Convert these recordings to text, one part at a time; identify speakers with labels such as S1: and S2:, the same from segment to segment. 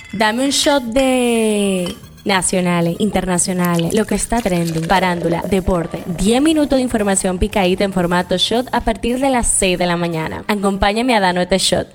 S1: Dame un shot de nacionales, internacionales, lo que está trending, farándula, deporte. 10 minutos de información picadita en formato shot a partir de las 6 de la mañana. Acompáñame a darnos este shot.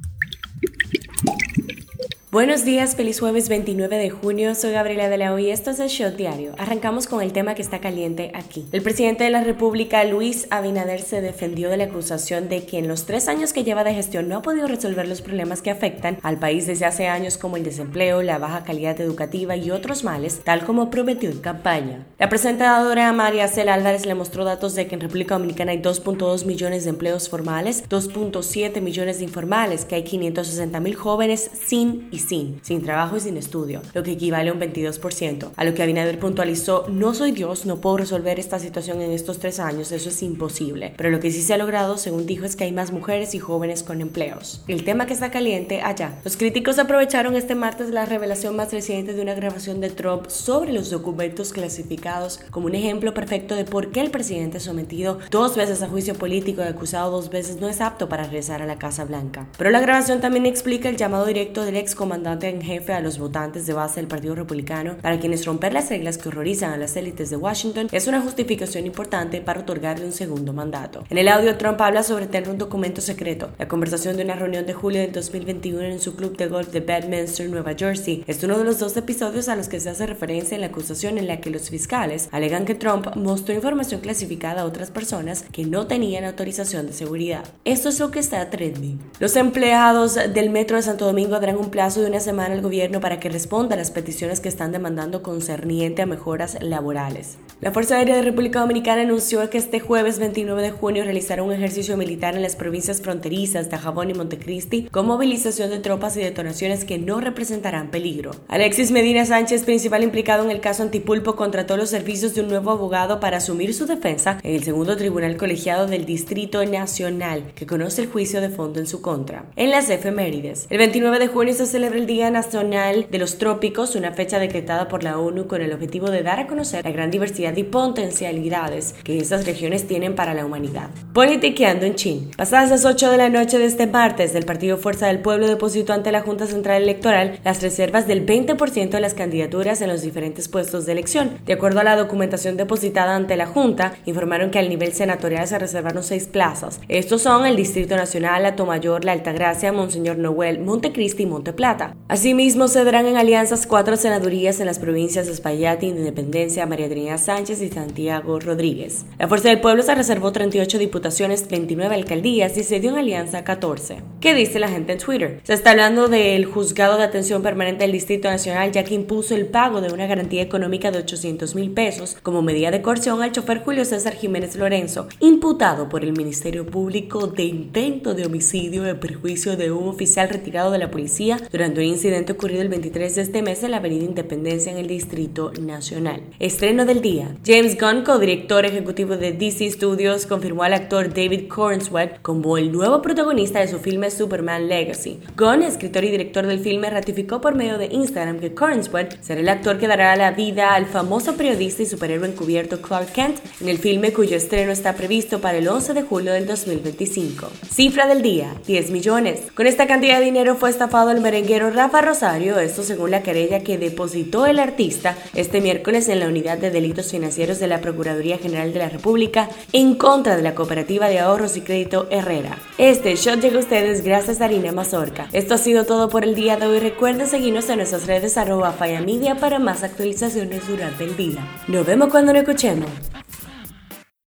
S1: Buenos días, feliz jueves 29 de junio, soy Gabriela de la O y esto es el Shot Diario. Arrancamos con el tema que está caliente aquí. El presidente de la República, Luis Abinader, se defendió de la acusación de que en los 3 años que lleva de gestión no ha podido resolver los problemas que afectan al país desde hace años, como el desempleo, la baja calidad educativa y otros males, tal como prometió en campaña. La presentadora María Cela Álvarez le mostró datos de que en República Dominicana hay 2.2 millones de empleos formales, 2.7 millones de informales, que hay 560,000 jóvenes sin trabajo y sin estudio, lo que equivale a un 22%. A lo que Abinader puntualizó: no soy Dios, no puedo resolver esta situación en estos 3 años, eso es imposible. Pero lo que sí se ha logrado, según dijo, es que hay más mujeres y jóvenes con empleos. El tema que está caliente allá. Los críticos aprovecharon este martes la revelación más reciente de una grabación de Trump sobre los documentos clasificados como un ejemplo perfecto de por qué el presidente sometido 2 veces a juicio político y acusado 2 veces no es apto para regresar a la Casa Blanca. Pero la grabación también explica el llamado directo del ex comandante en jefe a los votantes de base del Partido Republicano, para quienes romper las reglas que horrorizan a las élites de Washington es una justificación importante para otorgarle un segundo mandato. En el audio, Trump habla sobre tener un documento secreto. La conversación de una reunión de julio del 2021 en su club de golf de Bedminster, Nueva Jersey, es uno de los 2 episodios a los que se hace referencia en la acusación, en la que los fiscales alegan que Trump mostró información clasificada a otras personas que no tenían autorización de seguridad. Esto es lo que está trending. Los empleados del Metro de Santo Domingo darán un plazo de una semana al gobierno para que responda a las peticiones que están demandando concerniente a mejoras laborales. La Fuerza Aérea de República Dominicana anunció que este jueves 29 de junio realizará un ejercicio militar en las provincias fronterizas de Dajabón y Montecristi con movilización de tropas y detonaciones que no representarán peligro. Alexis Medina Sánchez, principal implicado en el caso Antipulpo, contrató los servicios de un nuevo abogado para asumir su defensa en el segundo tribunal colegiado del Distrito Nacional, que conoce el juicio de fondo en su contra. En las efemérides, el 29 de junio se celebra el Día Nacional de los Trópicos, una fecha decretada por la ONU con el objetivo de dar a conocer la gran diversidad y potencialidades que estas regiones tienen para la humanidad. Politiqueando en Chin. Pasadas las 8 de la noche de este martes, el Partido Fuerza del Pueblo depositó ante la Junta Central Electoral las reservas del 20% de las candidaturas en los diferentes puestos de elección. De acuerdo a la documentación depositada ante la Junta, informaron que al nivel senatorial se reservaron 6 plazas. Estos son el Distrito Nacional, Atomayor, La Altagracia, Monseñor Noel, Montecristi y Monteplata. Asimismo, se darán en alianzas 4 senadurías en las provincias de Espaillat, Independencia, María Trinidad Sánchez y Santiago Rodríguez. La Fuerza del Pueblo se reservó 38 diputaciones, 29 alcaldías y se dio en alianza 14. ¿Qué dice la gente en Twitter? Se está hablando del Juzgado de Atención Permanente del Distrito Nacional, ya que impuso el pago de una garantía económica de 800,000 pesos como medida de coerción al chofer Julio César Jiménez Lorenzo, imputado por el Ministerio Público de intento de homicidio en perjuicio de un oficial retirado de la policía durante un incidente ocurrido el 23 de este mes en la Avenida Independencia en el Distrito Nacional. Estreno del día. James Gunn, codirector ejecutivo de DC Studios, confirmó al actor David Corenswet como el nuevo protagonista de su filme Superman Legacy. Gunn, escritor y director del filme, ratificó por medio de Instagram que Corenswet será el actor que dará la vida al famoso periodista y superhéroe encubierto Clark Kent en el filme, cuyo estreno está previsto para el 11 de julio del 2025. Cifra del día: 10 millones. Con esta cantidad de dinero fue estafado el merenguero Rafa Rosario, esto según la querella que depositó el artista este miércoles en la Unidad de Delitos Financieros de la Procuraduría General de la República en contra de la Cooperativa de Ahorros y Crédito Herrera. Este shot llega a ustedes gracias a Harina Mazorca. Esto ha sido todo por el día de hoy. Recuerden seguirnos en nuestras redes @fayamedia para más actualizaciones durante el día. Nos vemos cuando nos escuchemos.